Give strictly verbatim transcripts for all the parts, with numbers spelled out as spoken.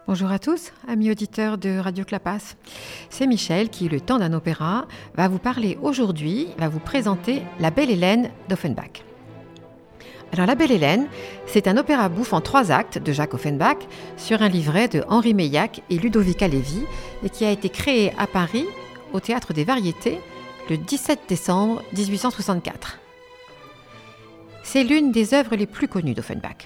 Bonjour à tous, amis auditeurs de Radio Clapas. C'est Michel qui, le temps d'un opéra, va vous parler aujourd'hui, va vous présenter La Belle Hélène d'Offenbach. Alors La Belle Hélène, c'est un opéra bouffe en trois actes de Jacques Offenbach sur un livret de Henri Meillac et Ludovica Lévy et qui a été créé à Paris au Théâtre des Variétés le dix-sept décembre dix-huit cent soixante-quatre. C'est l'une des œuvres les plus connues d'Offenbach.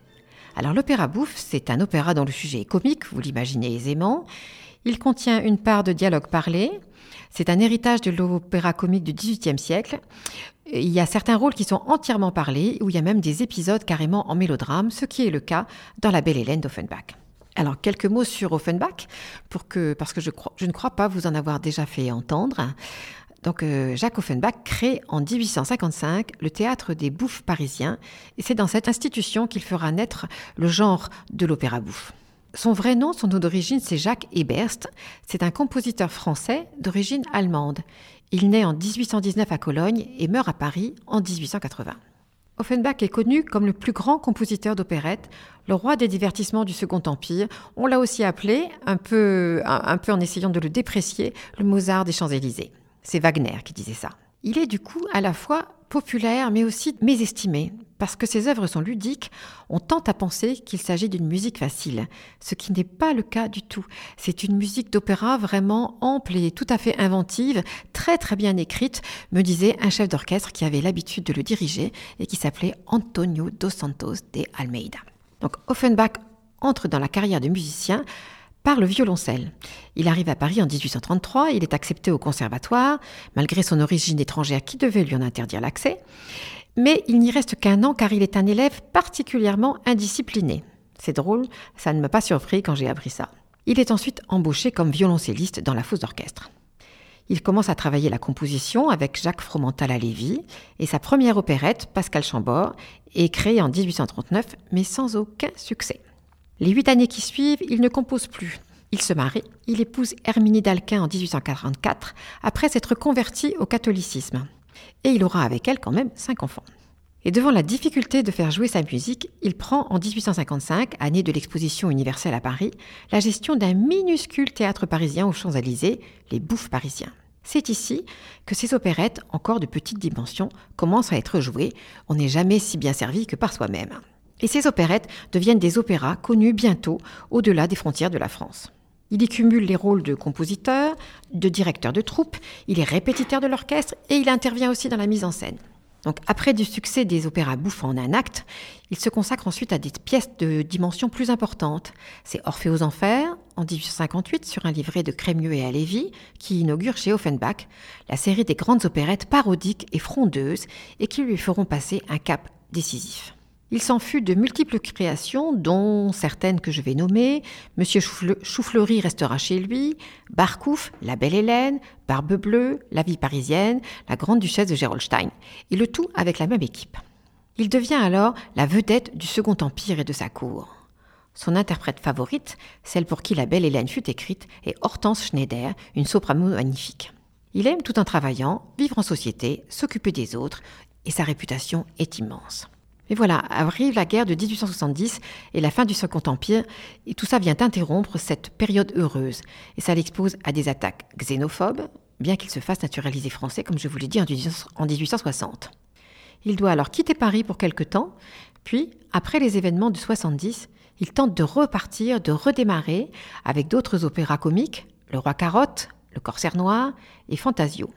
Alors l'opéra bouffe, c'est un opéra dont le sujet est comique, vous l'imaginez aisément. Il contient une part de dialogue parlé. C'est un héritage de l'opéra comique du dix-huitième siècle. Il y a certains rôles qui sont entièrement parlés, où il y a même des épisodes carrément en mélodrame, ce qui est le cas dans La Belle Hélène d'Offenbach. Alors quelques mots sur Offenbach, pour que, parce que je, crois, je ne crois pas vous en avoir déjà fait entendre. Donc, euh, Jacques Offenbach crée en dix-huit cent cinquante-cinq le théâtre des bouffes parisiens et c'est dans cette institution qu'il fera naître le genre de l'opéra bouffe. Son vrai nom, son nom d'origine, c'est Jacques Heberst. C'est un compositeur français d'origine allemande. Il naît en dix-huit cent dix-neuf à Cologne et meurt à Paris en dix-huit cent quatre-vingts. Offenbach est connu comme le plus grand compositeur d'opérette, le roi des divertissements du Second Empire. On l'a aussi appelé, un peu, un, un peu en essayant de le déprécier, le Mozart des Champs-Élysées. C'est Wagner qui disait ça. Il est du coup à la fois populaire mais aussi mésestimé. Parce que ses œuvres sont ludiques, on tente à penser qu'il s'agit d'une musique facile, ce qui n'est pas le cas du tout. C'est une musique d'opéra vraiment ample et tout à fait inventive, très très bien écrite, me disait un chef d'orchestre qui avait l'habitude de le diriger et qui s'appelait Antonio dos Santos de Almeida. Donc Offenbach entre dans la carrière de musicien par le violoncelle. Il arrive à Paris en dix-huit cent trente-trois, il est accepté au conservatoire, malgré son origine étrangère qui devait lui en interdire l'accès. Mais il n'y reste qu'un an car il est un élève particulièrement indiscipliné. C'est drôle, ça ne m'a pas surpris quand j'ai appris ça. Il est ensuite embauché comme violoncelliste dans la fosse d'orchestre. Il commence à travailler la composition avec Jacques Fromental à Lévis et sa première opérette, Pascal Chambord, est créée en dix-huit cent trente-neuf mais sans aucun succès. Les huit années qui suivent, il ne compose plus. Il se marie, il épouse Herminie d'Alquin en dix-huit cent quarante-quatre, après s'être converti au catholicisme. Et il aura avec elle quand même cinq enfants. Et devant la difficulté de faire jouer sa musique, il prend en dix-huit cent cinquante-cinq, année de l'exposition universelle à Paris, la gestion d'un minuscule théâtre parisien aux Champs-Élysées, les Bouffes parisiens. C'est ici que ces opérettes, encore de petite dimension, commencent à être jouées. On n'est jamais si bien servi que par soi-même. Et ces opérettes deviennent des opéras connus bientôt au-delà des frontières de la France. Il y cumule les rôles de compositeur, de directeur de troupe, il est répétiteur de l'orchestre et il intervient aussi dans la mise en scène. Donc après du succès des opéras bouffes en un acte, il se consacre ensuite à des pièces de dimension plus importante. C'est Orphée aux Enfers, en dix-huit cent cinquante-huit, sur un livret de Crémieux et Halévy, qui inaugure chez Offenbach la série des grandes opérettes parodiques et frondeuses et qui lui feront passer un cap décisif. Il s'en fut de multiples créations, dont certaines que je vais nommer. Monsieur Choufleury restera chez lui, Barcouf, La Belle Hélène, Barbe Bleue, La Vie parisienne, La Grande Duchesse de Gerolstein, et le tout avec la même équipe. Il devient alors la vedette du Second Empire et de sa cour. Son interprète favorite, celle pour qui La Belle Hélène fut écrite, est Hortense Schneider, une soprano magnifique. Il aime tout en travaillant, vivre en société, s'occuper des autres, et sa réputation est immense. Mais voilà, arrive la guerre de dix-huit cent soixante-dix et la fin du Second Empire, et tout ça vient interrompre cette période heureuse. Et ça l'expose à des attaques xénophobes, bien qu'il se fasse naturaliser français, comme je vous l'ai dit, en dix-huit cent soixante. Il doit alors quitter Paris pour quelque temps, puis, après les événements de soixante-dix, il tente de repartir, de redémarrer avec d'autres opéras comiques, Le Roi Carotte, Le Corsaire Noir et Fantasio.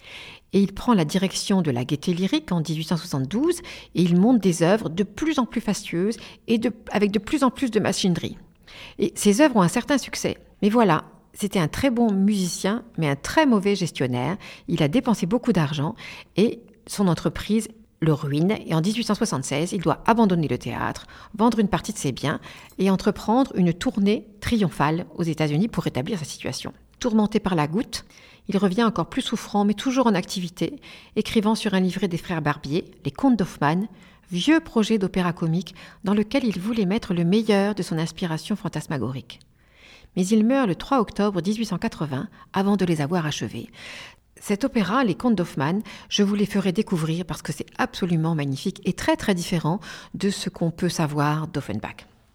Et il prend la direction de la Gaîté Lyrique en dix-huit cent soixante-douze et il monte des œuvres de plus en plus fastueuses et de, avec de plus en plus de machinerie. Et ces œuvres ont un certain succès. Mais voilà, c'était un très bon musicien, mais un très mauvais gestionnaire. Il a dépensé beaucoup d'argent et son entreprise le ruine. Et en dix-huit cent soixante-seize, il doit abandonner le théâtre, vendre une partie de ses biens et entreprendre une tournée triomphale aux États-Unis pour rétablir sa situation. Tourmenté par la goutte, il revient encore plus souffrant, mais toujours en activité, écrivant sur un livret des frères Barbier, Les Contes d'Hoffmann, vieux projet d'opéra comique dans lequel il voulait mettre le meilleur de son inspiration fantasmagorique. Mais il meurt le trois octobre dix-huit cent quatre-vingts, avant de les avoir achevés. Cet opéra, Les Contes d'Hoffmann, je vous les ferai découvrir parce que c'est absolument magnifique et très très différent de ce qu'on peut savoir d'Offenbach.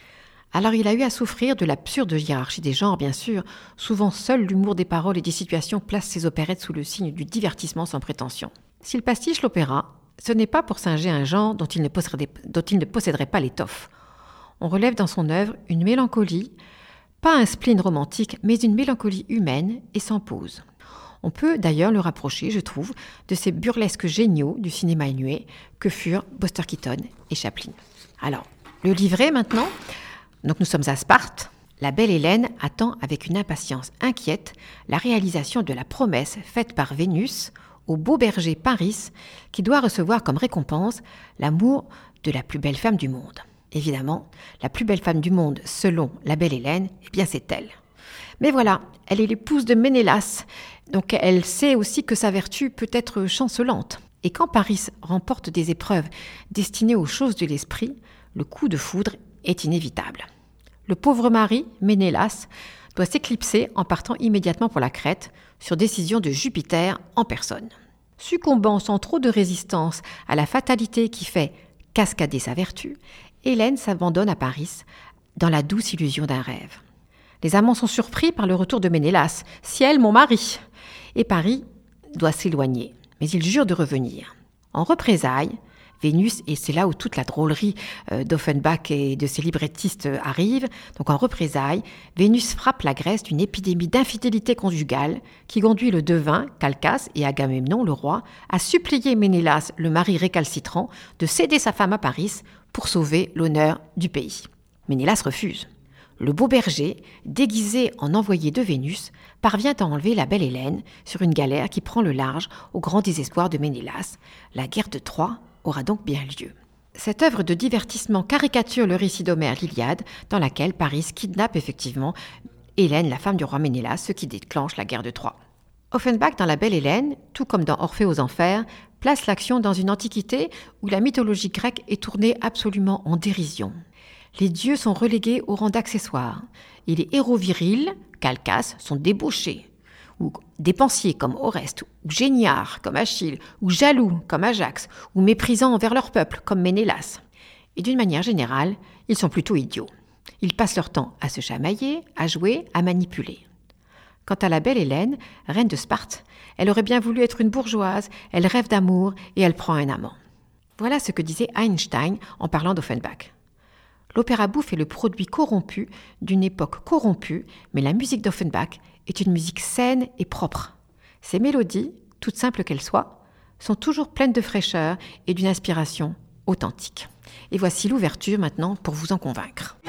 Alors il a eu à souffrir de l'absurde hiérarchie des genres, bien sûr. Souvent seul l'humour des paroles et des situations place ses opérettes sous le signe du divertissement sans prétention. S'il pastiche l'opéra, ce n'est pas pour singer un genre dont il ne posséderait, dont il ne posséderait pas l'étoffe. On relève dans son œuvre une mélancolie, pas un spleen romantique, mais une mélancolie humaine et sans pause. On peut d'ailleurs le rapprocher, je trouve, de ces burlesques géniaux du cinéma muet que furent Buster Keaton et Chaplin. Alors, le livret maintenant. Donc nous sommes à Sparte. La belle Hélène attend avec une impatience inquiète la réalisation de la promesse faite par Vénus au beau berger Paris qui doit recevoir comme récompense l'amour de la plus belle femme du monde. Évidemment, la plus belle femme du monde selon la belle Hélène, eh bien c'est elle. Mais voilà, elle est l'épouse de Ménélas, donc elle sait aussi que sa vertu peut être chancelante. Et quand Paris remporte des épreuves destinées aux choses de l'esprit, le coup de foudre est inévitable. Le pauvre mari, Ménélas, doit s'éclipser en partant immédiatement pour la Crète, sur décision de Jupiter en personne. Succombant sans trop de résistance à la fatalité qui fait cascader sa vertu, Hélène s'abandonne à Paris dans la douce illusion d'un rêve. Les amants sont surpris par le retour de Ménélas. « Ciel, mon mari !» Et Paris doit s'éloigner, mais il jure de revenir. En représailles, Vénus, et c'est là où toute la drôlerie euh, d'Offenbach et de ses librettistes euh, arrive, donc en représailles, Vénus frappe la Grèce d'une épidémie d'infidélité conjugale qui conduit le devin, Calcas, et Agamemnon, le roi, à supplier Ménélas, le mari récalcitrant, de céder sa femme à Paris pour sauver l'honneur du pays. Ménélas refuse. Le beau berger, déguisé en envoyé de Vénus, parvient à enlever la belle Hélène sur une galère qui prend le large au grand désespoir de Ménélas. La guerre de Troie aura donc bien lieu. Cette œuvre de divertissement caricature le récit d'Homère, l'Iliade, dans laquelle Paris kidnappe effectivement Hélène, la femme du roi Ménélas, ce qui déclenche la guerre de Troie. Offenbach, dans La Belle Hélène, tout comme dans Orphée aux Enfers, place l'action dans une antiquité où la mythologie grecque est tournée absolument en dérision. Les dieux sont relégués au rang d'accessoires, et les héros virils, Calcas, sont débauchés, ou dépensiers comme Oreste, ou géniards comme Achille, ou jaloux comme Ajax, ou méprisants envers leur peuple comme Ménélas. Et d'une manière générale, ils sont plutôt idiots. Ils passent leur temps à se chamailler, à jouer, à manipuler. Quant à la belle Hélène, reine de Sparte, elle aurait bien voulu être une bourgeoise, elle rêve d'amour et elle prend un amant. Voilà ce que disait Einstein en parlant d'Offenbach. L'opéra bouffe est le produit corrompu d'une époque corrompue, mais la musique d'Offenbach est une musique saine et propre. Ses mélodies, toutes simples qu'elles soient, sont toujours pleines de fraîcheur et d'une inspiration authentique. Et voici l'ouverture maintenant pour vous en convaincre.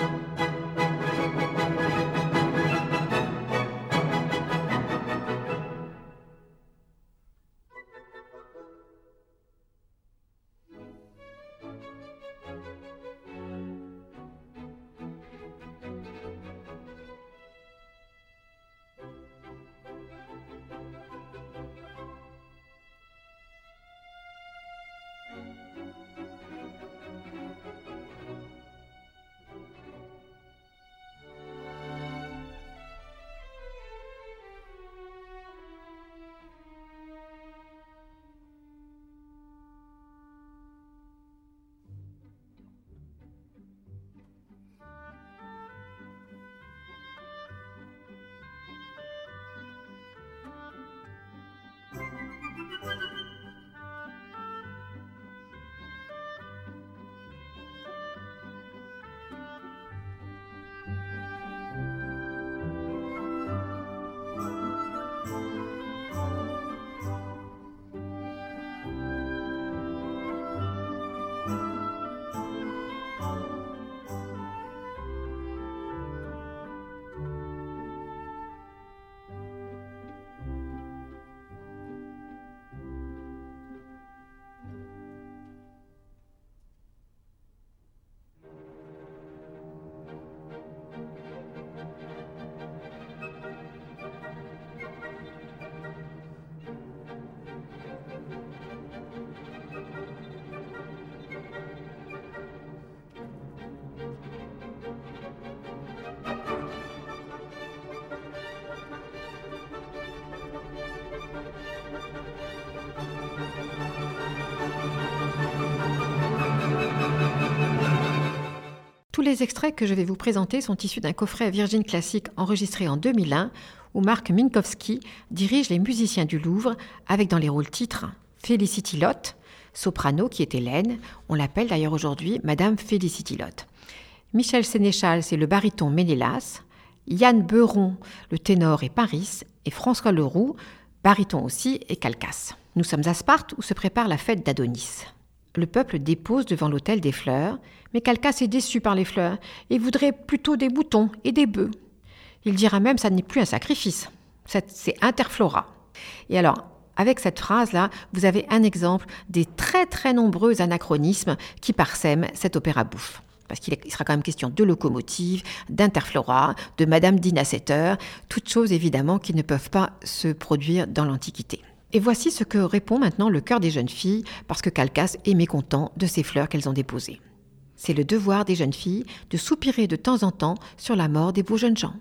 Tous les extraits que je vais vous présenter sont issus d'un coffret Virgin Classic enregistré en deux mille un où Marc Minkowski dirige les musiciens du Louvre avec dans les rôles titres Felicity Lott, soprano qui est Hélène, on l'appelle d'ailleurs aujourd'hui Madame Felicity Lott. Michel Sénéchal, c'est le baryton Ménélas, Yann Beuron, le ténor est Paris, et François Leroux, baryton aussi, est Calcasse. Nous sommes à Sparte où se prépare la fête d'Adonis. Le peuple dépose devant l'autel des fleurs, mais Calcasse est déçu par les fleurs et voudrait plutôt des moutons et des bœufs. Il dira même que ça n'est plus un sacrifice, c'est interflora. Et alors, avec cette phrase-là, vous avez un exemple des très très nombreux anachronismes qui parsèment cet opéra bouffe. Parce qu'il sera quand même question de locomotive, d'interflora, de Madame Dinasetter, toutes choses évidemment qui ne peuvent pas se produire dans l'Antiquité. Et voici ce que répond maintenant le chœur des jeunes filles, parce que Calcasse est mécontent de ces fleurs qu'elles ont déposées. C'est le devoir des jeunes filles de soupirer de temps en temps sur la mort des beaux jeunes gens.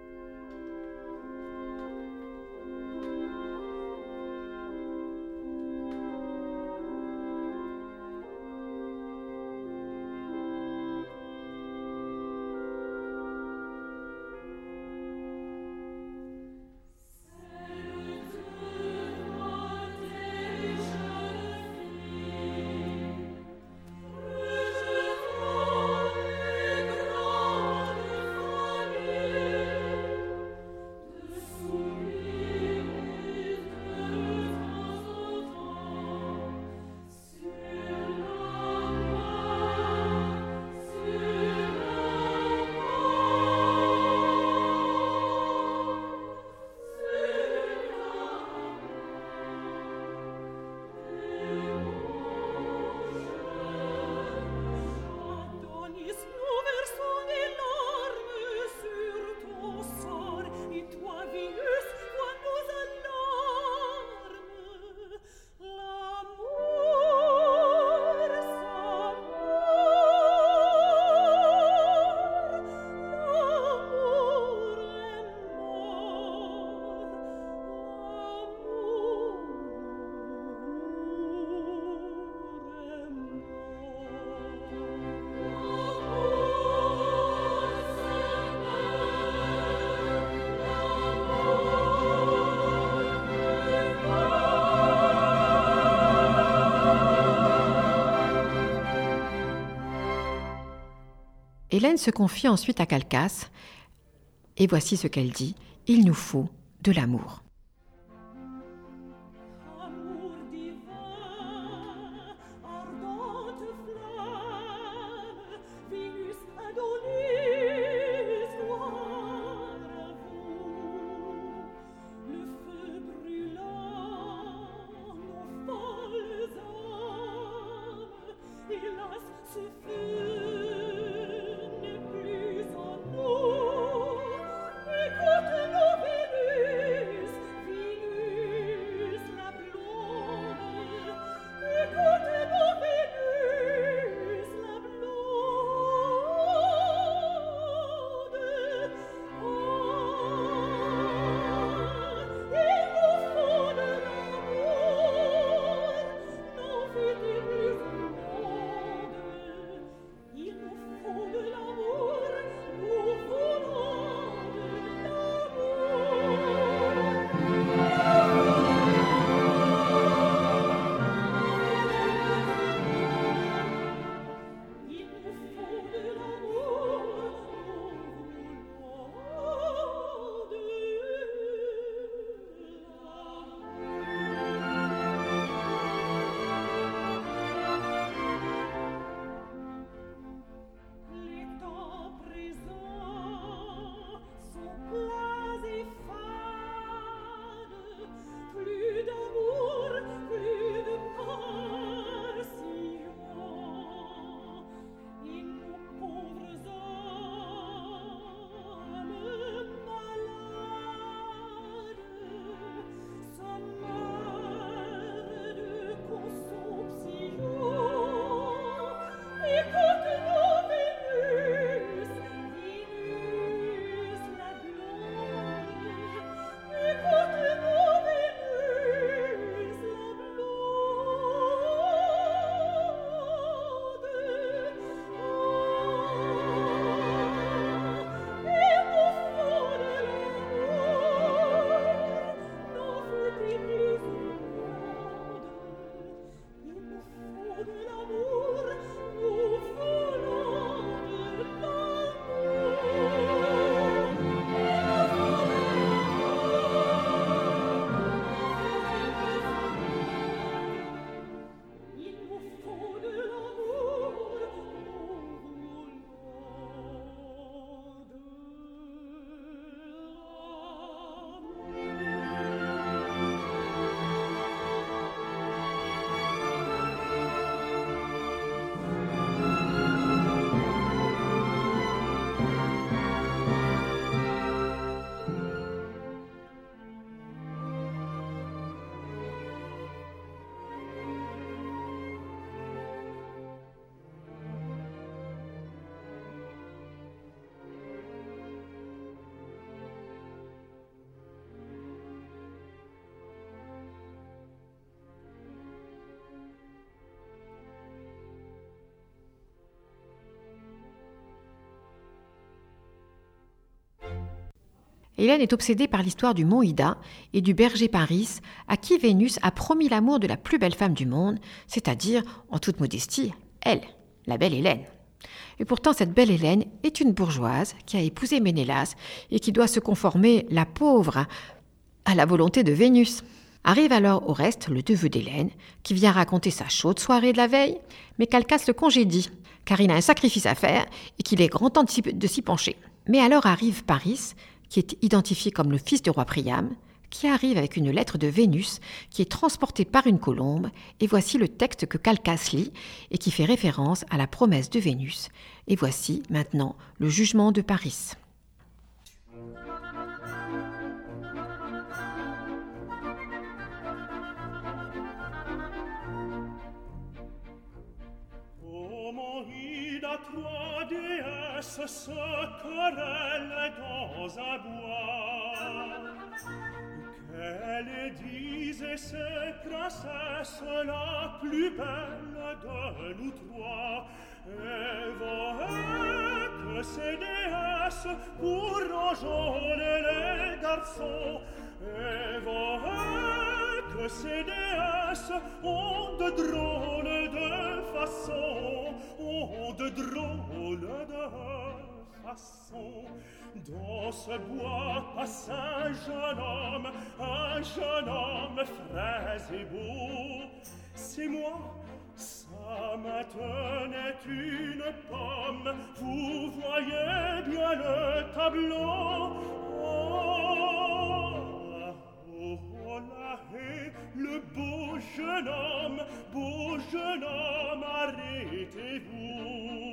Hélène se confie ensuite à Calcasse, et voici ce qu'elle dit : « Il nous faut de l'amour. » Hélène est obsédée par l'histoire du mont Ida et du berger Paris, à qui Vénus a promis l'amour de la plus belle femme du monde, c'est-à-dire, en toute modestie, elle, la belle Hélène. Et pourtant, cette belle Hélène est une bourgeoise qui a épousé Ménélas et qui doit se conformer, la pauvre, à la volonté de Vénus. Arrive alors au reste le neveu d'Hélène, qui vient raconter sa chaude soirée de la veille, mais Calcas le congédie, car il a un sacrifice à faire et qu'il est grand temps de s'y pencher. Mais alors arrive Paris, qui est identifié comme le fils du roi Priam, qui arrive avec une lettre de Vénus qui est transportée par une colombe, et voici le texte que Calcas lit et qui fait référence à la promesse de Vénus. Et voici maintenant le jugement de Paris. Trois déesses se querellent dans un bois. Qu'elles disaient ces princesses la plus belle de nous trois. Et voyaient que ces déesses pour enjôler les garçons. Et voyaient que ces déesses ont de drôles de façons. Ont de drôles de façons. Dans ce bois passe un jeune homme, un jeune homme frais et beau. C'est moi, sa main tenait une pomme, vous voyez bien le tableau. Oh, oh, oh là est le beau jeune homme, beau jeune homme, arrêtez-vous.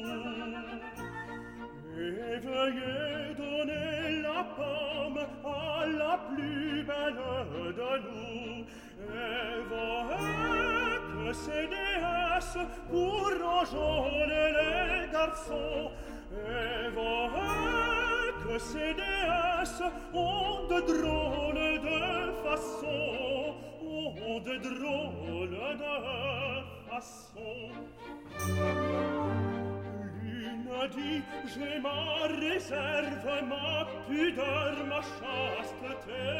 Et veuillez donner la pomme à la plus belle de nous. Et voyez que ces déesses pour enjôler les garçons. Et voyez que ces déesses ont de drôles de façons. Ont de drôles de façons. L'une dit, j'ai ma réserve, ma pudeur, ma chasteté.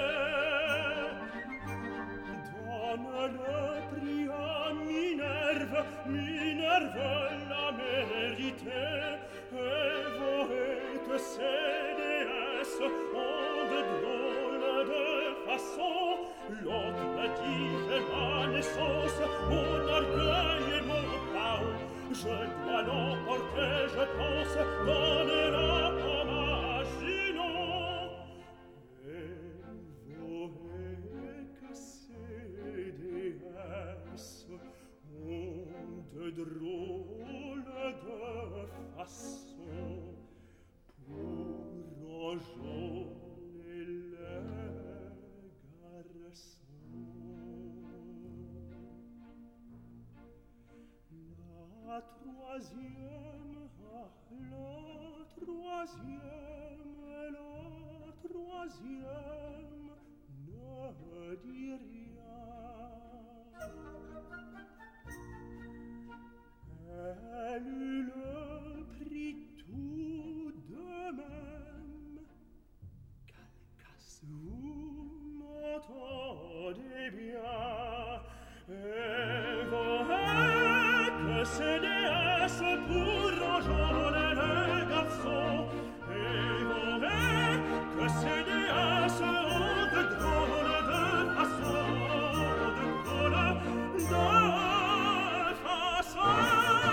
Donne le prix à Minerve, Minerve l'a mérité. Et voyez que ces déesses ont de drôles de façons. L'autre dit, j'ai ma naissance, mon orgueil et mon chaos. Je dois l'emporter, je pense, donner-la comme à Junon. Et voyez que ces déesses ont de drôles de façons pour enjôler les garçons. La troisième, ah, la troisième, la troisième ne dit rien. Elle eut le prix tout de même. Calcas, vous m'entendez bien. Et voyez que ces déesses pour enjôler les garçons. Et voyez que ces déesses ont de drôles de façons. De drôles de façons.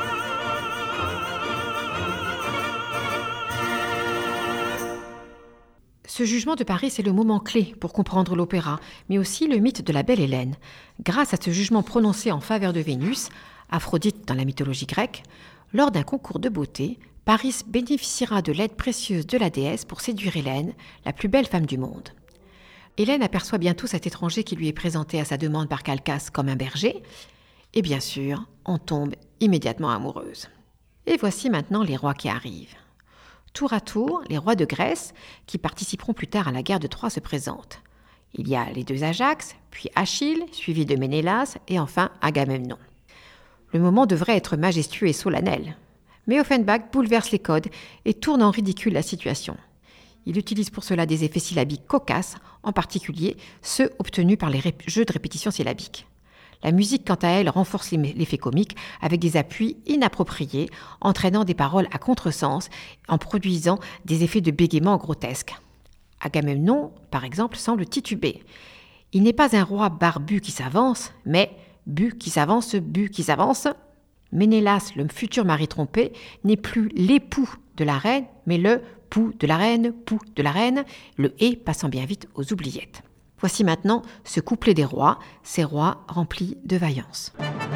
Ce jugement de Paris est le moment clé pour comprendre l'opéra, mais aussi le mythe de la belle Hélène. Grâce à ce jugement prononcé en faveur de Vénus, Aphrodite dans la mythologie grecque, lors d'un concours de beauté, Paris bénéficiera de l'aide précieuse de la déesse pour séduire Hélène, la plus belle femme du monde. Hélène aperçoit bientôt cet étranger qui lui est présenté à sa demande par Calcas comme un berger, et bien sûr, en tombe immédiatement amoureuse. Et voici maintenant les rois qui arrivent. Tour à tour, les rois de Grèce, qui participeront plus tard à la guerre de Troie, se présentent. Il y a les deux Ajax, puis Achille, suivi de Ménélas, et enfin Agamemnon. Le moment devrait être majestueux et solennel. Mais Offenbach bouleverse les codes et tourne en ridicule la situation. Il utilise pour cela des effets syllabiques cocasses, en particulier ceux obtenus par les rép- jeux de répétition syllabique. La musique, quant à elle, renforce l'effet comique avec des appuis inappropriés, entraînant des paroles à contresens, en produisant des effets de bégaiement grotesques. Agamemnon, par exemple, semble tituber. Il n'est pas un roi barbu qui s'avance, mais bu qui s'avance, bu qui s'avance. Ménélas, le futur mari trompé, n'est plus l'époux de la reine, mais le pou de la reine, pou de la reine, le et passant bien vite aux oubliettes. Voici maintenant ce couplet des rois, ces rois remplis de vaillance.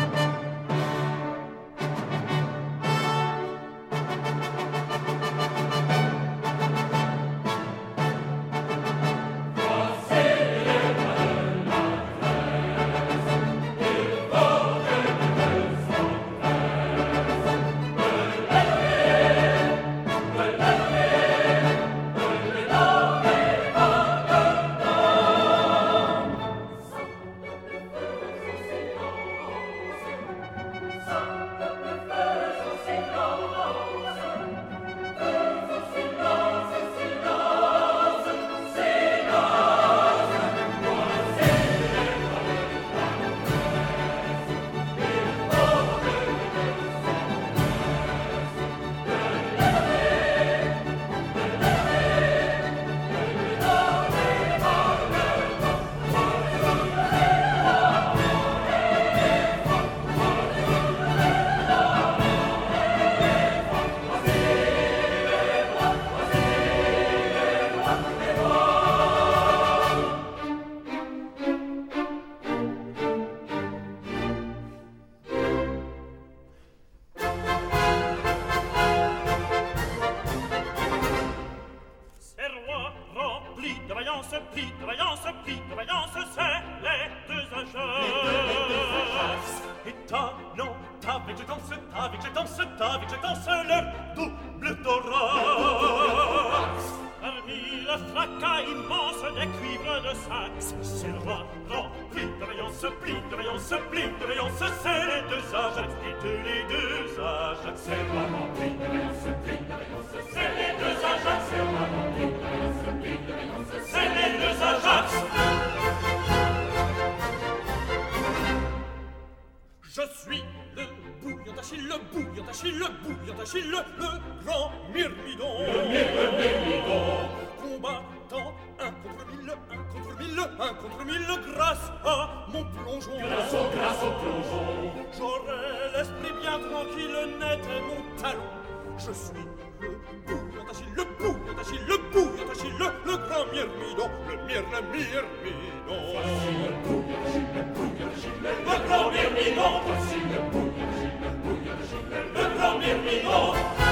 Je suis le bouillon d'Achille, le bouillon d'Achille, le bouillon d'Achille, le, le grand Myrmidon. Le Myrmidon. Combattant un contre mille, un contre mille, un contre mille, grâce à mon plongeon. Grâce au, grâce au plongeon. J'aurai l'esprit bien tranquille, net et mon talon. Je suis le bouillon d'Achille, le bouillon d'Achille, le bouillon d'Achille, le, le grand Myrmidon, le Myr, le Myrmidon. Voici le bouillon d'Achille, le bouillon d'Achille, le grand Myrmidon. Voici le bouillon d'Achille, le bouillon d'Achille, le grand Myrmidon.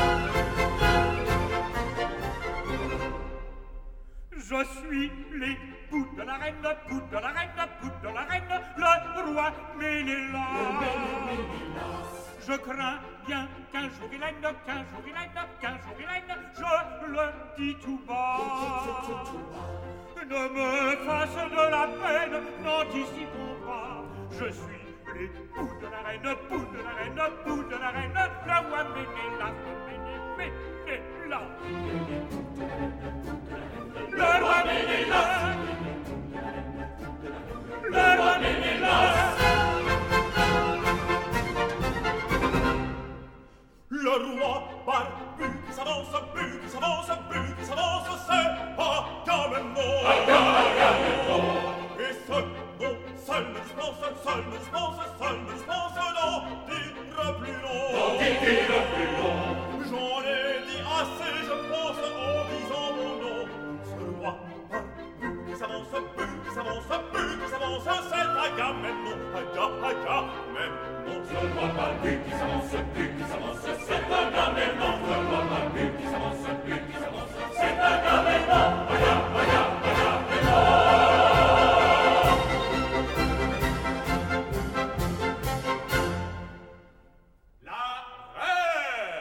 Je suis l'époux de la reine, l'époux de la reine, l'époux de la reine, le roi Ménélas. Je crains bien qu'un jour il règne, qu'un jour il règne, qu'un jour il règne, je le dis tout bas. Ne me fasse de la peine, n'anticipons pas. Je suis l'époux de la reine, époux de la reine, époux de la reine, le roi Ménélas, Méné, Ménélas. Le roi Ménélas, le roi Ménélas. Le roi barbu qui s'avance, bu qui s'avance, bu qui s'avance, c'est Agamemnon. Agamemnon. Et seul, non, seul me dispense, seul me dispense, seul me dispense d'en dire plus long. D'en dire plus long. J'en ai dit assez, je pense, en disant mon nom. Ce roi barbu qui s'avance, bu qui s'avance, bu qui s'avance, c'est Agamemnon. Agamemnon. Ce roi barbu qui s'avance, bu qui s'avance, c'est Agamemnon. Ce roi barbu qui s'avance, bu qui s'avance, c'est Agamemnon. Agamemnon. La reine.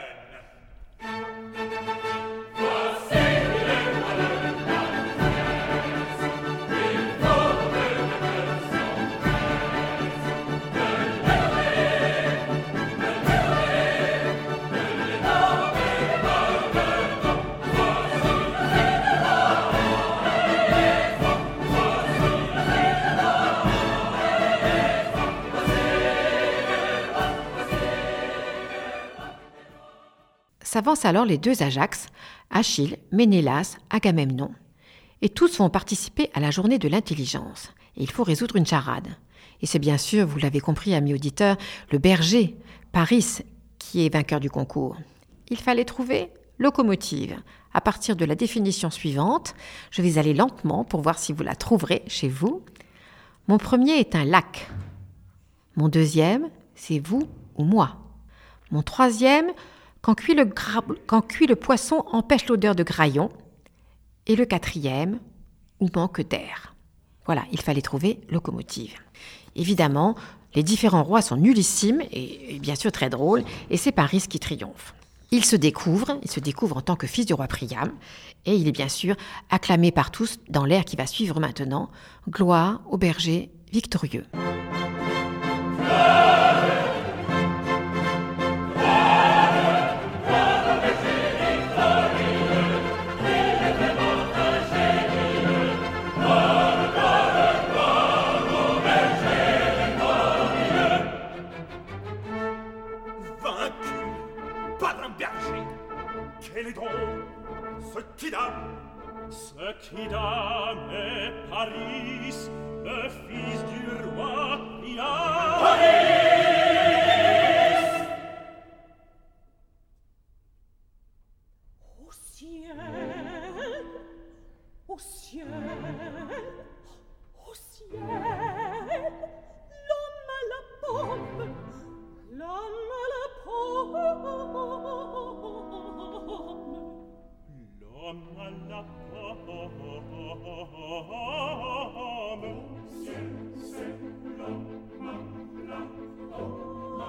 s'avancent alors les deux Ajax, Achille, Ménélas, Agamemnon. Et tous vont participer à la journée de l'intelligence. Et il faut résoudre une charade. Et c'est bien sûr, vous l'avez compris, amis auditeurs, le berger, Paris, qui est vainqueur du concours. Il fallait trouver locomotive. À partir de la définition suivante, je vais aller lentement pour voir si vous la trouverez chez vous. Mon premier est un lac. Mon deuxième, c'est vous ou moi. Mon troisième, quand cuit le, gra... quand cuit le poisson empêche l'odeur de graillon. Et le quatrième, où manque d'air. Voilà, il fallait trouver locomotive. Évidemment, les différents rois sont nullissimes et, et bien sûr très drôles, et c'est Paris qui triomphe. Il se découvre, il se découvre en tant que fils du roi Priam, et il est bien sûr acclamé par tous dans l'ère qui va suivre maintenant, gloire au berger victorieux. Ce qui dame est Paris, le fils du roi Priam. Paris! Au ciel, au ciel, au ciel, l'homme à la pompe, l'homme à la pompe. L'homme à la pomme, ciel, c'est l'homme à la pomme,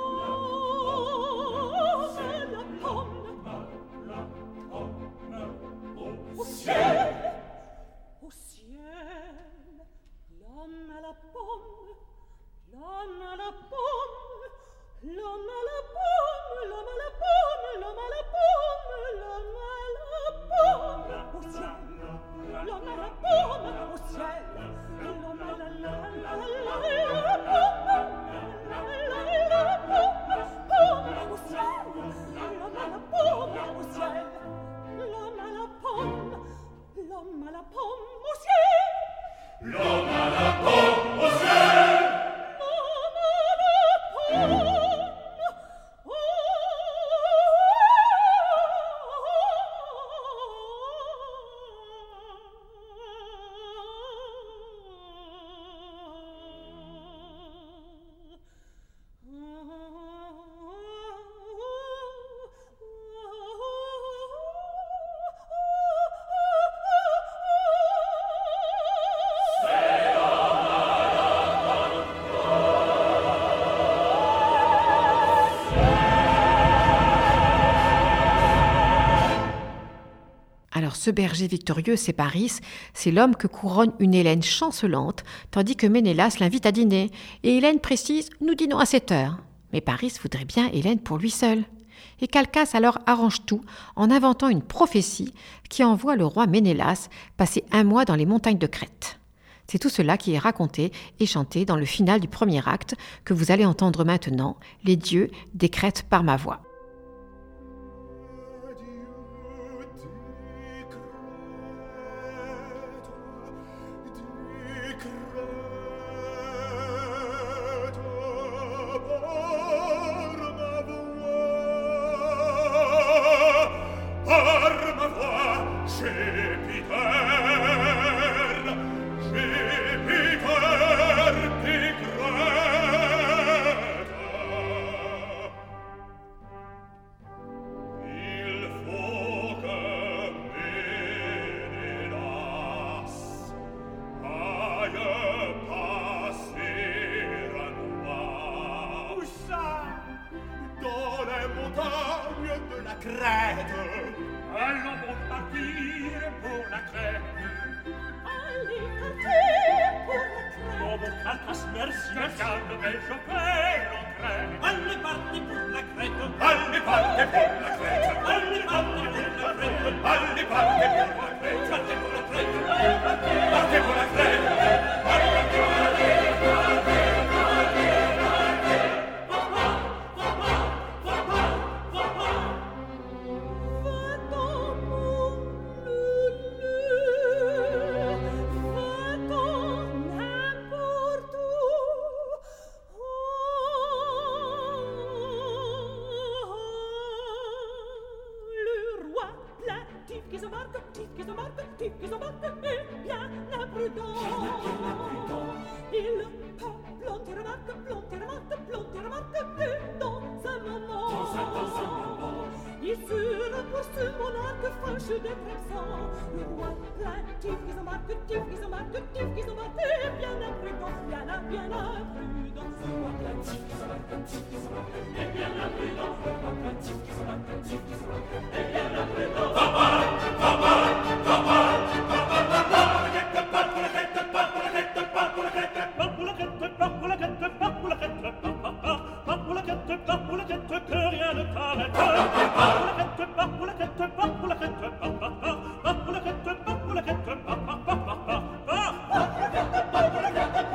c'est la pomme, la pomme, au ciel, au ciel, l'homme à la pomme, l'homme à la pomme, l'homme à la pomme, l'homme à la pomme, l'homme à la pomme, l'homme à au ciel, l'homme à la pomme, au ciel, l'homme à la la la la pomme, la pomme, au ciel, l'homme à la pomme, au ciel, l'homme à la pomme, l'homme à la pomme, au ciel, l'homme à la pomme, au ciel, l'homme à la pomme. Ce berger victorieux, c'est Paris, c'est l'homme que couronne une Hélène chancelante, tandis que Ménélas l'invite à dîner. Et Hélène précise « Nous dînons à cette heure ». Mais Paris voudrait bien Hélène pour lui seul. Et Calchas alors arrange tout en inventant une prophétie qui envoie le roi Ménélas passer un mois dans les montagnes de Crète. C'est tout cela qui est raconté et chanté dans le final du premier acte que vous allez entendre maintenant, « Les dieux décrètent par ma voix ». ce monarque fâche d'être absent. Le roi plaintif, qui s'en marque, tif, qui s'en marque, tif, qui s'en marque, et bien imprudent, bien là, bien imprudent. Ce roi plaintif, qui s'en marque, tif, qui s'en marque, et bien imprudent. Le roi plaintif, qui s'en marque, tif, qui s'en marque, et bien imprudent. Va mal, va mal, va mal, va mal, va mal. Pas pour la quête, pas pour la quête, pas pour la quête, pas pour la quête, pas pour la quête, pas pour la quête, pas pour la quête, pas pour la quête, pas pour la quête, que rien ne t'arrête. Pas pour la quête, pas pour la quête, pas pour la quête, pas pour la quête, pas pour la quête, pas pour la quête, pas pour la quête, pas pour la quête, pas pour la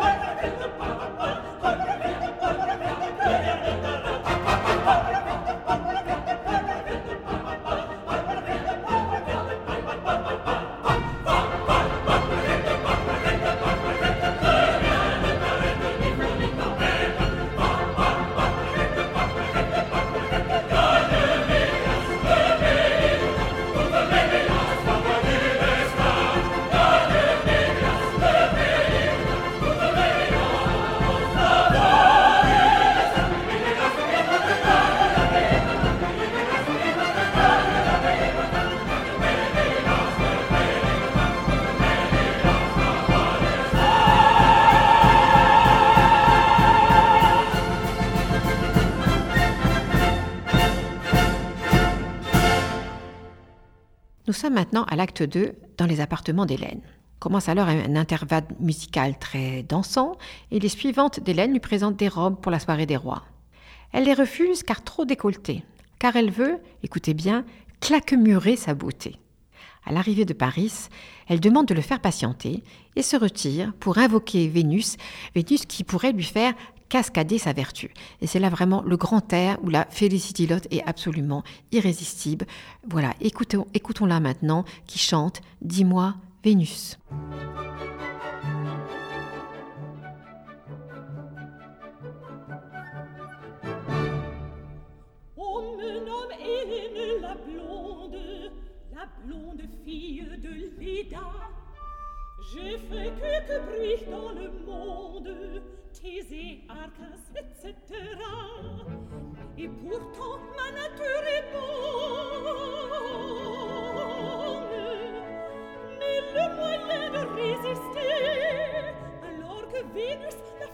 Nous sommes maintenant à l'acte deux, dans les appartements d'Hélène. Commence alors un intervalle musical très dansant et les suivantes d'Hélène lui présentent des robes pour la soirée des rois. Elle les refuse car trop décolletées, car elle veut, écoutez bien, claquemurer sa beauté. À l'arrivée de Paris, elle demande de le faire patienter et se retire pour invoquer Vénus, Vénus qui pourrait lui faire cascader sa vertu. Et c'est là vraiment le grand air où la Felicity Lot est absolument irrésistible. Voilà, écoutons, écoutons-la maintenant qui chante « Dis-moi, Vénus ». On me nomme Hélène la blonde, la blonde fille de Léda. J'ai fait quelques bruits dans le monde, Thésée, Arcas, et cetera. Et pourtant ma nature est bonne, mais le moyen de résister, alors que Vénus la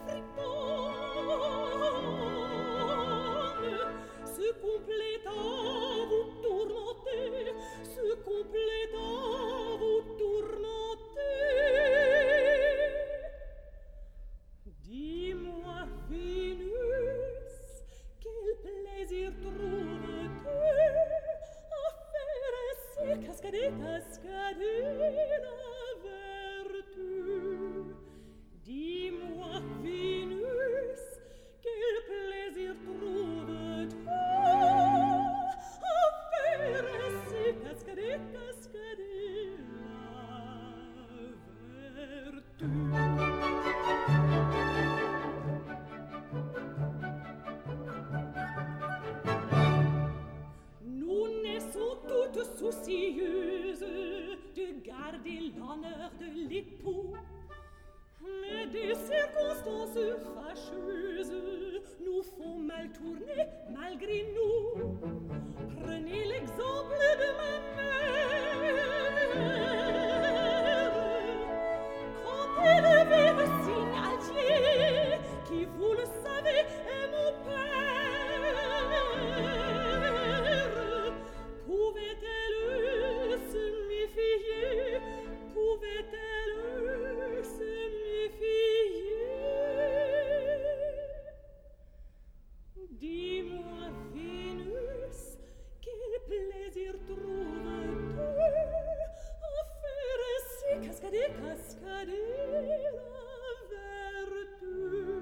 friponne, se complétant vous tourmentez, se complétant vous tourmentez. Dis-moi, Vénus, quel plaisir trouves-tu à faire ainsi cascader, cascader la vertu? Dis-moi, Vénus, quel plaisir trouves-tu à faire ainsi cascader, cascader la vertu? Soucieuse de garder l'honneur de l'époux, mais des circonstances fâcheuses nous font mal tourner malgré nous. Prenez l'exemple de ma mère, quand elle avait le signe altier, qui, vous le savez, est mon père. Pouvait-elle se méfier? Pouvait-elle se méfier? Dis-moi, Vénus, quel plaisir trouves-tu à faire ainsi cascader, cascader la vertu?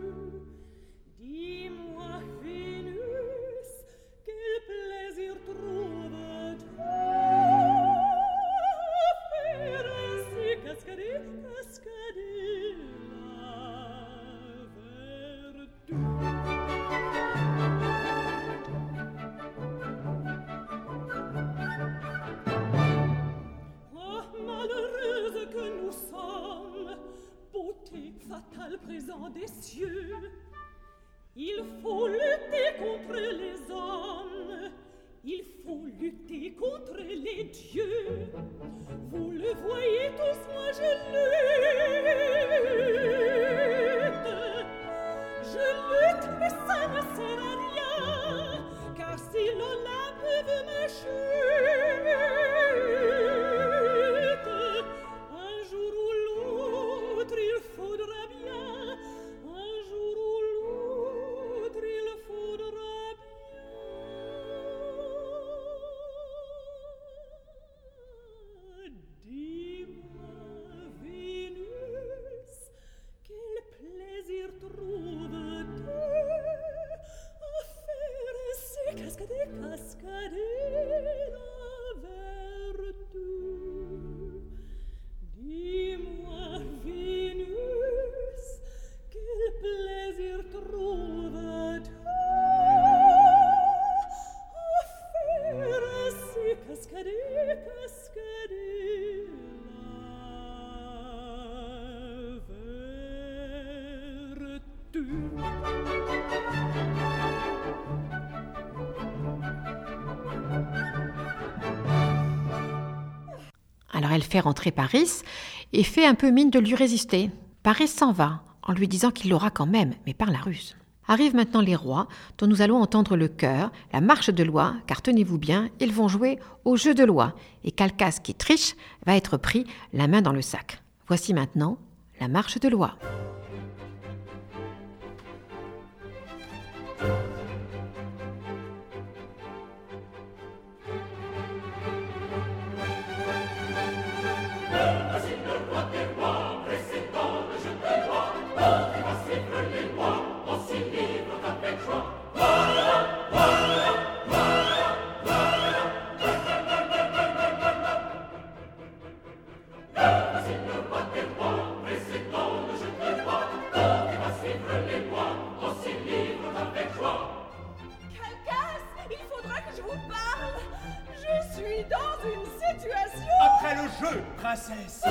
Dis-moi, Vénus, quel plaisir trouves-tu à faire ainsi cascader, cascader la vertu? Oh, malheureuse que nous sommes, beauté fatale présent des cieux, il faut lutter contre les hommes, il faut lutter et contre les dieux. Vous le voyez tous, moi je lutte. Je lutte et ça ne sert à rien, car si l'Olympe veut ma chute, un jour ou l'autre il faudra bien, un jour ou l'autre il faudra bien. Dis-moi, Vénus, quel plaisir trouves-tu à faire ces cascades, cascader la vertu? Dis-moi, Vénus, quel plaisir trouves-tu à faire ces cascades, cascader la vertu? Alors elle fait rentrer Paris et fait un peu mine de lui résister. Paris s'en va en lui disant qu'il l'aura quand même, mais par la ruse. Arrivent maintenant les rois, dont nous allons entendre le chœur, la marche de loi, car tenez-vous bien, ils vont jouer au jeu de loi. Et Calcas qui triche va être pris la main dans le sac. Voici maintenant la marche de loi. Calcas, il faudra que je vous parle. Je suis dans une situation. Après le jeu, princesse.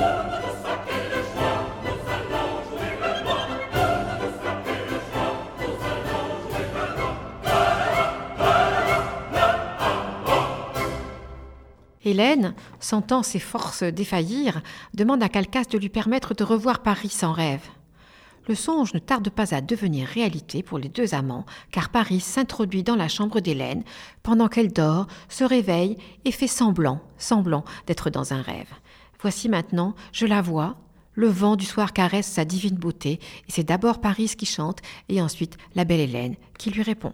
Hélène, sentant ses forces défaillir, demande à Calcas de lui permettre de revoir Paris en rêve. Le songe ne tarde pas à devenir réalité pour les deux amants, car Paris s'introduit dans la chambre d'Hélène pendant qu'elle dort, se réveille et fait semblant, semblant d'être dans un rêve. Voici maintenant, je la vois, le vent du soir caresse sa divine beauté, et c'est d'abord Paris qui chante, et ensuite la belle Hélène qui lui répond.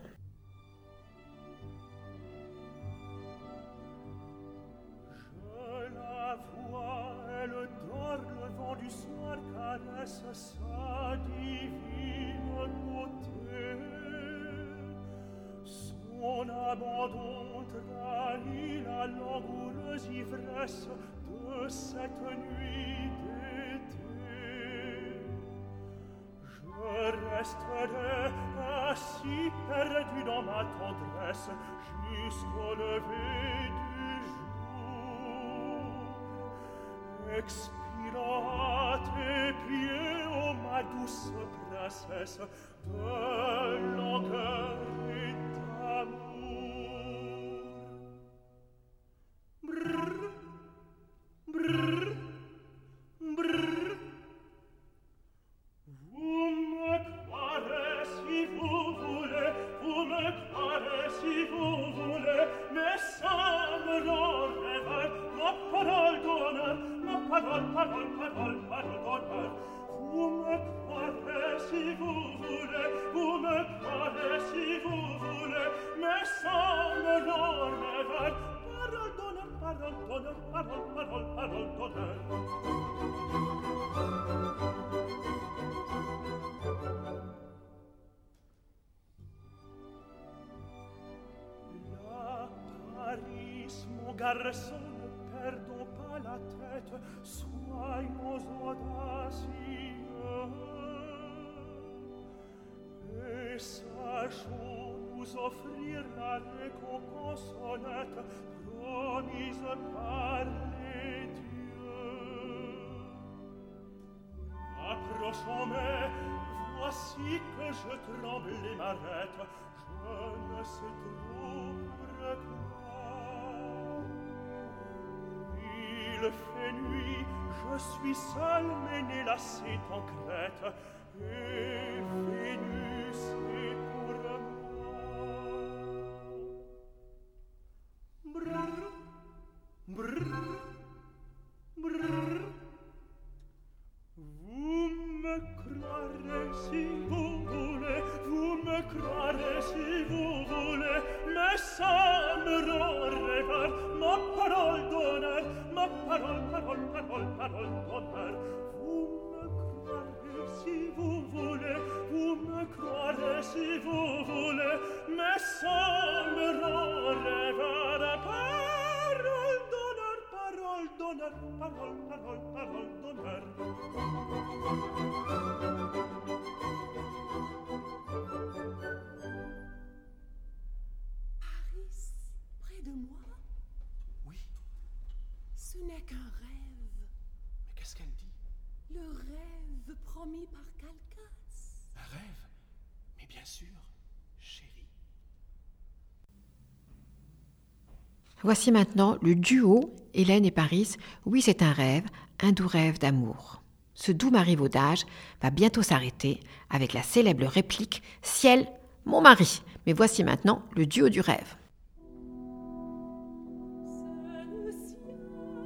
Je la vois, elle dort, le vent du soir caresse sa divine beauté. Son abandon trahit la langoureuse ivresse de cette nuit d'été. Je resterai assis perdu dans ma tendresse jusqu'au lever du jour. Expirant à tes pieds, ô ma douce princesse, de langueur et d'amour. Brrr, brrr, brrr. Vous me croirez si vous voulez, vous me croirez si vous voulez, mais ça me rend rêveur, ma parole d'honneur, ma parole, parole, parole, parole d'honneur. Vous me croirez si vous voulez, vous me croirez si vous voulez, mais ça me rend rêveur, parole d'honneur, parole d'honneur, parole, parole, parole d'honneur. La Paris, mon garçon, ne perdons pas la tête, soyons audacieux et sachons nous offrir la récompense honnête promise par les dieux. Approchons, mais voici que je tremble et m'arrête, je ne sais trop pourquoi. Il fait nuit, je suis seul, mené lassé en crête, et Vénus est pour moi. Brrr, brrr, brrr. Vous me croirez si vous voulez, vous me croirez si vous voulez, mais ça me rend rêveur, ma parole d'honneur, ma parole, parole, parole, parole d'honneur. Vous me croirez si vous voulez, vous me croirez si vous voulez, mais ça me rend rêveur, parole d'honneur, parole d'honneur, parole, parole, parole d'honneur. Paris, près de moi? Oui, Ce n'est qu'un rêve. mais qu'est-ce qu'elle dit? Le rêve promis par Calcas. Un rêve? Mais bien sûr, chérie. Voici maintenant le duo Hélène et Paris. Oui, c'est un rêve, un doux rêve d'amour. Ce doux marivaudage va bientôt s'arrêter avec la célèbre réplique « Ciel, mon mari ». Mais voici maintenant le duo du rêve. C'est le ciel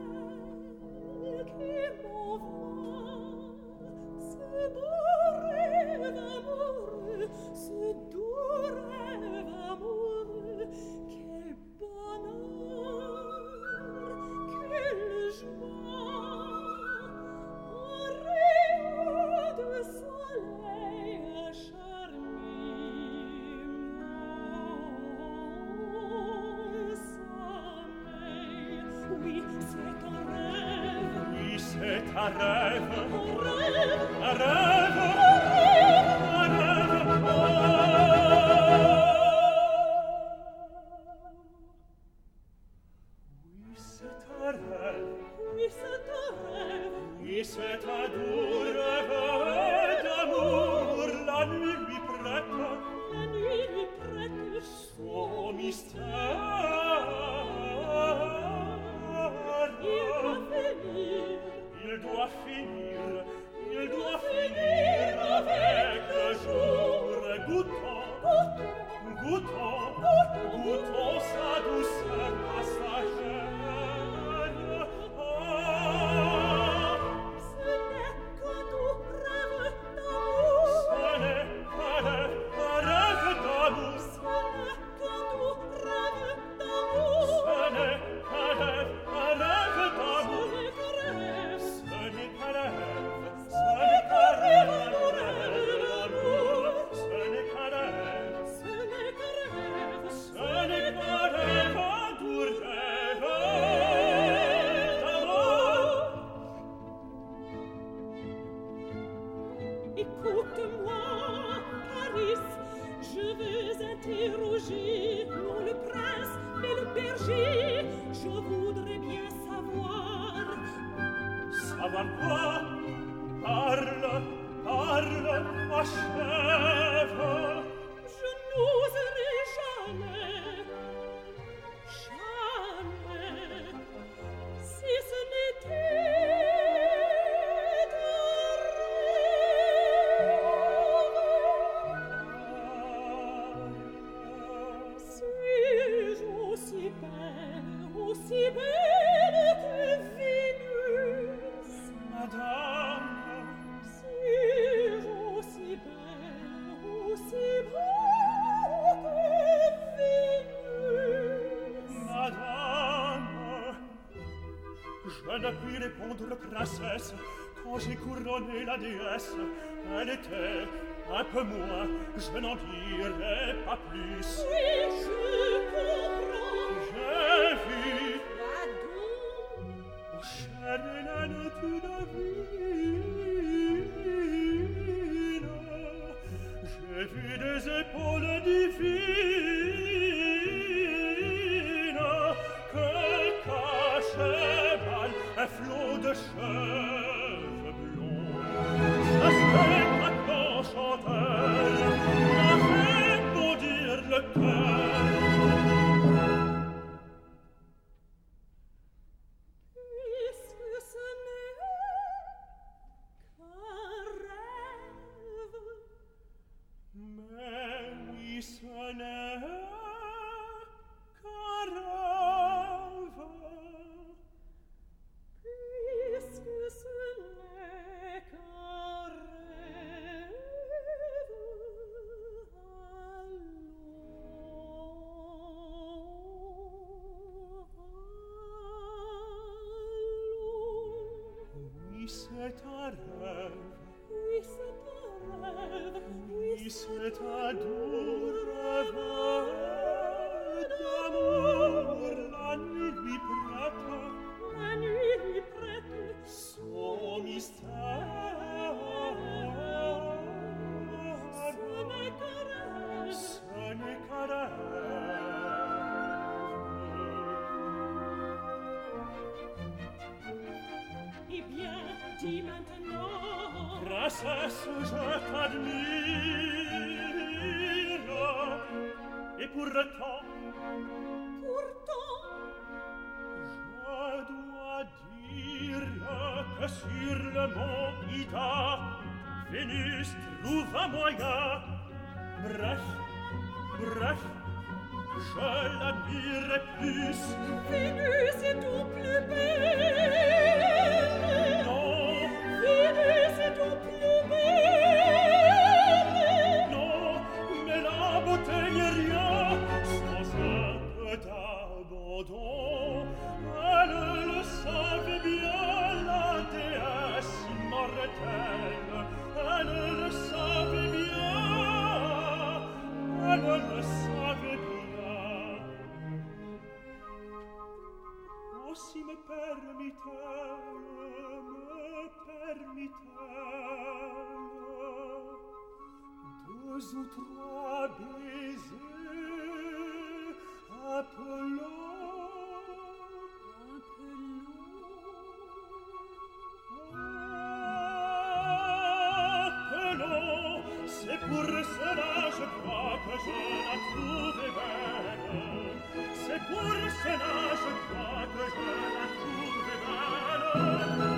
qui m'envoie ce beau rêve amoureux, ce doux rêve amoureux. Quel bonheur, quelle joie, un rayon de soleil a charmé mon sommeil. Oui, c'est un rêve, Oui, c'est un rêve, un rêve, un rêve, un rêve. Oui, c'est un rêve, oui, c'est un rêve. oui, c'est un doux rêve d'amour. La nuit lui prête La nuit lui prête son mystère. Il doit finir, Il doit finir, il doit finir avec le jour. Goûtons, goûtons, goûtons sa douceur passagère. Ah, ce n'est qu'un doux rêve d'amour. ce n'est pas un rêve d'amour. Ce n'est qu'un doux rêve d'amour. Ce n'est qu'un rêve, un rêve d'amour. Ce n'est qu'un rêve, Ce n'est qu'un rêve, ce n'est qu'un rêve, un rêve d'amour. Ce n'est qu'un rêve, ce n'est qu'un rêve, ce n'est qu'un rêve, un doux rêve d'amour. Écoute-moi, Paris, je veux interroger non le prince, mais le berger. Je voudrais bien savoir Savoir quoi? Parle, parle, achève. je n'oserais jamais, jamais, si ce n'était un rêve. Suis-je aussi belle, aussi belle que Vénus? Madame, Suis-je aussi belle, aussi belle que Vénus? madame, je ne puis répondre, princesse, quand j'ai couronné la déesse. Elle était un peu moins, je n'en dirai pas plus. Oui, je comprends. J'ai vu, Pardon. oh, chère Hélène, tu l'as vu. J'ai vu des épaules divines que cachait mal un flot de cheveux blonds. Ce spectacle enchanteur m'a fait bondir le cœur. cette adore d'amour, la nuit prête, la nuit prête, son mystère. Ce n'est que rêve, Ce n'est qu'un rêve. eh bien, dis maintenant, Princesse, je t'admire, et pourtant, pourtant, je dois dire que sur le mont Ida, Vénus trouve un moyen. Bref, bref, je l'admire plus. Vénus est tout plus belle. Non, Vénus est tout plus belle. non, mais la beauté n'est rien sans un peu d'abandon. Elle le savait bien, la déesse immortelle. Elle le savait bien, elle le savait bien. Aussi me permit-elle, me permit-elle deux ou trois baisers un peu longs, un peu longs, un peu longs. C'est pour cela, je crois, que je la trouve belle. C'est pour cela, je crois, que je la trouve belle.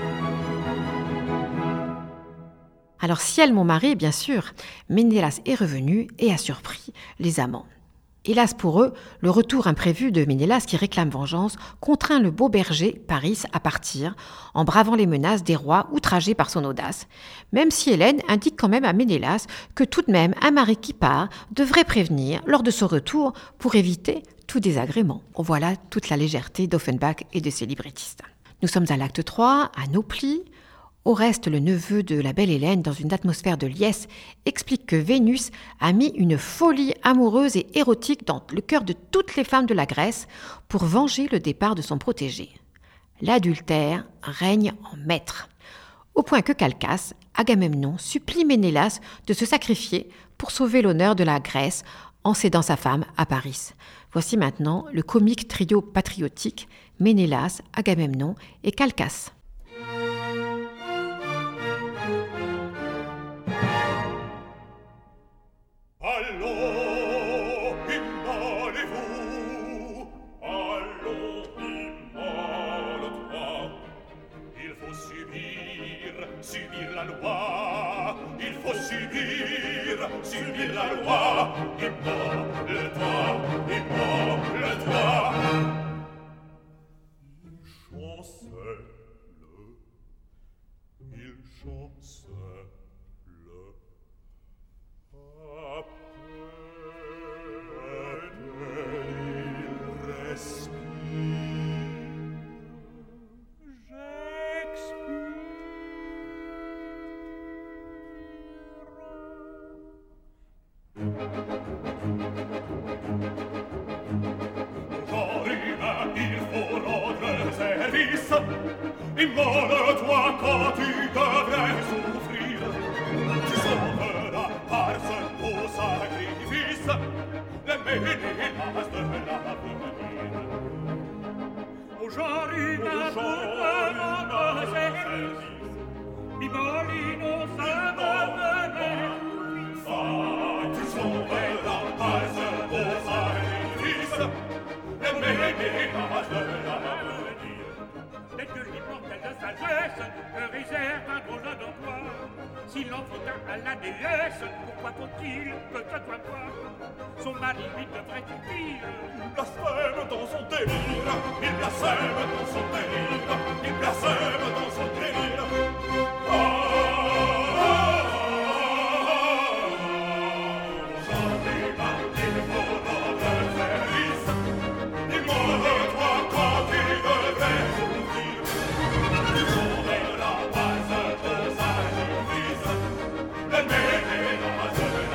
Alors ciel mon mari, bien sûr, Ménélas est revenu et a surpris les amants. Hélas pour eux, le retour imprévu de Ménélas qui réclame vengeance contraint le beau berger Paris à partir, en bravant les menaces des rois outragés par son audace, même si Hélène indique quand même à Ménélas que tout de même un mari qui part devrait prévenir lors de son retour pour éviter tout désagrément. Voilà toute la légèreté d'Offenbach et de ses librettistes. Nous sommes à l'acte trois, à Nauplie. Au reste, le neveu de la belle Hélène, dans une atmosphère de liesse, explique que Vénus a mis une folie amoureuse et érotique dans le cœur de toutes les femmes de la Grèce pour venger le départ de son protégé. L'adultère règne en maître, au point que Calchas, Agamemnon, supplie Ménélas de se sacrifier pour sauver l'honneur de la Grèce en cédant sa femme à Paris. Voici maintenant le comique trio patriotique Ménélas, Agamemnon et Calchas. Allons, immolez-vous, allons, immole-toi. Il faut subir, subir la loi. Il faut subir, subir la loi. Immole-toi, immole-toi. Il chancelle, il chancelle. À peine il respire, j'expire. Genre humain, il faut rendre service. Immole-toi quand tu devrais souffrir. Tu sauveras par ce beau sacrifice les Ménélas de l'avenir. Au genre humain, pour rendre service, Immolino s'abandonne. Ah, tu sauveras par ce beau sacrifice les Ménélas de l'avenir. Les dieux l'immortelle de sagesse me réservent un drôle d'emploi. S'il en faut un à la déesse, pourquoi faut-il que ce soit moi? Son mari lui devrait suffire. Il blasphème dans son délire, il blasphème dans son délire, il blasphème dans son délire. Ah, ah, ah, j'arrive à il faut rendre service. Immole-toi quand tu devrais souffrir. Tu sauveras pas ce beau sacrifice. Le Ménélas de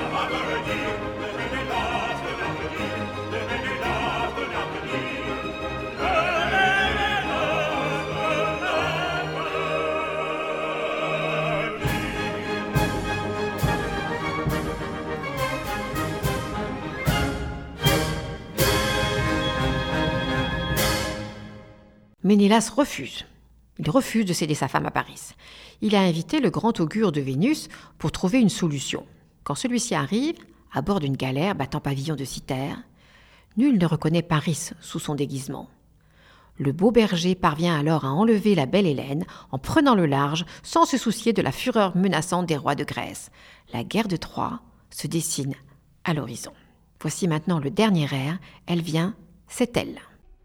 Ménélas refuse. Il refuse de céder sa femme à Paris. Il a invité le grand augure de Vénus pour trouver une solution. Quand celui-ci arrive, à bord d'une galère battant pavillon de Cythère, nul ne reconnaît Paris sous son déguisement. Le beau berger parvient alors à enlever la belle Hélène en prenant le large sans se soucier de la fureur menaçante des rois de Grèce. La guerre de Troie se dessine à l'horizon. Voici maintenant le dernier air. Elle vient, c'est elle.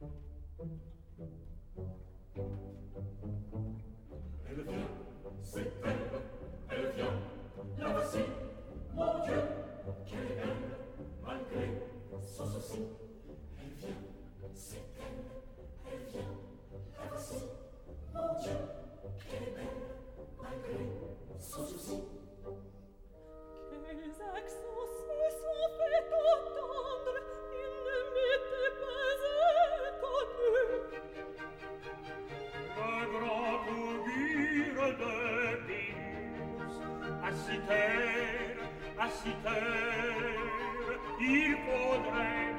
Il faudrait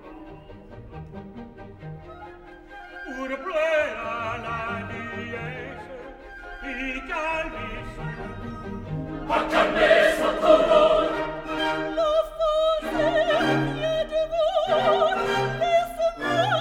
pour plaire à la déesse et calmer son a calmer son courroux. L'enfant vient devant, laisse-moi,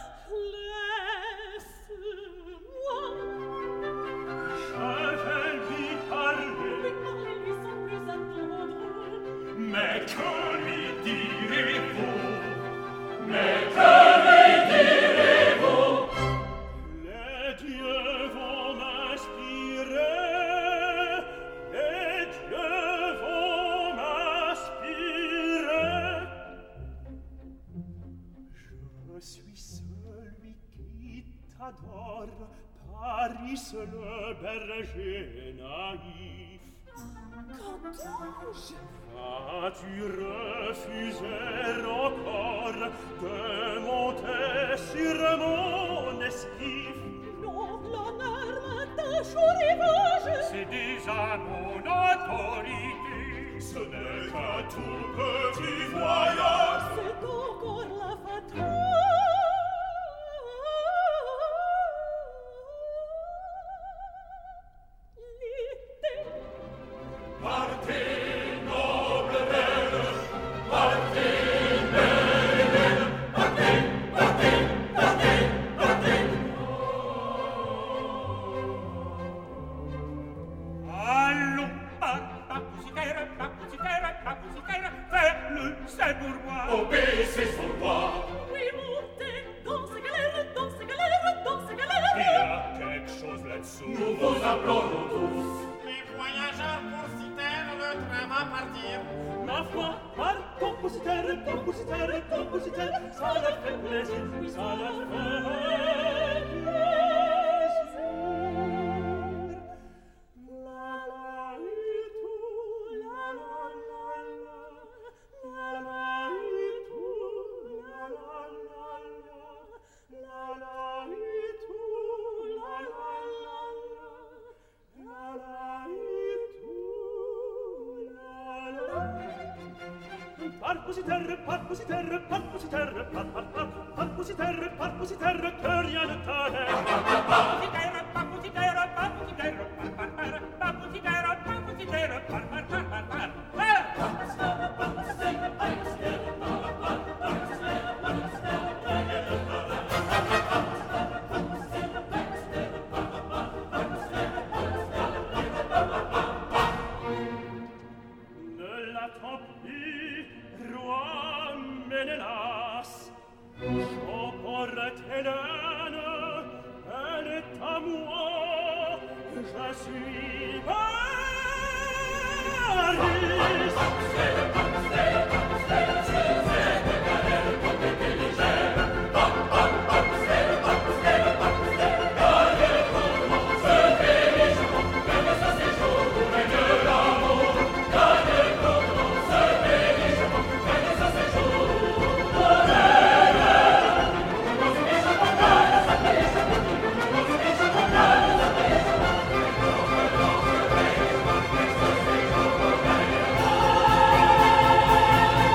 laisse-moi. Je vais lui parler, Lui parler lui sans plus attendre. mais que lui direz-vous? Mais que lui direz-vous? Les dieux vont m'inspirer, les dieux vont m'inspirer. Je suis celui qui t'adore, Paris le berger naïf. Qu'entends-je? As-tu refusé encore de monter sur mon esquif? Non, l'honneur m'attache au rivage. C'est déjà mon autorité. Ce n'est qu'un tout petit voyage. C'est encore la fatalité. Partez, noble belle, partez, belle belle, partez, partez, partez, partez. Allons, par Papousicaire, Papousicaire, Papousicaire, fais-le, c'est pour moi. Obéissez son roi. Oui, montez dans ces galères, dans ces galères, dans ces galères. Il y a quelque chose là-dessous. Nous vous implorons tous. Les voyageurs pour Cythère, le train va partir. Ma foi, par compositeur, compositeur, compositeur, ça leur fait plaisir, ça leur fait plaisir. La la et tout, la la la la, la la et tout, la la la la, la la et tout, la la la la, la la et tout, la la. Parpositeur, parpositeur, parpositeur, par par par, parpositeur, parpositeur, que rien ne t'arrête. Papousicaire, Papousicaire, Papousicaire, par par par, Papousicaire, Papousicaire, par par par par par. Ne l'attends plus, roi Ménélas. J'emporte Hélène, elle est à moi. Je suis Paris.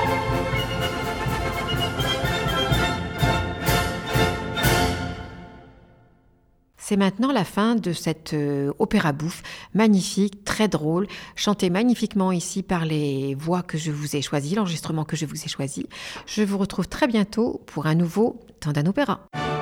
C'est maintenant la fin de cet euh, opéra bouffe, magnifique, très drôle, chanté magnifiquement ici par les voix que je vous ai choisies, l'enregistrement que je vous ai choisi. Je vous retrouve très bientôt pour un nouveau Temps d'un opéra.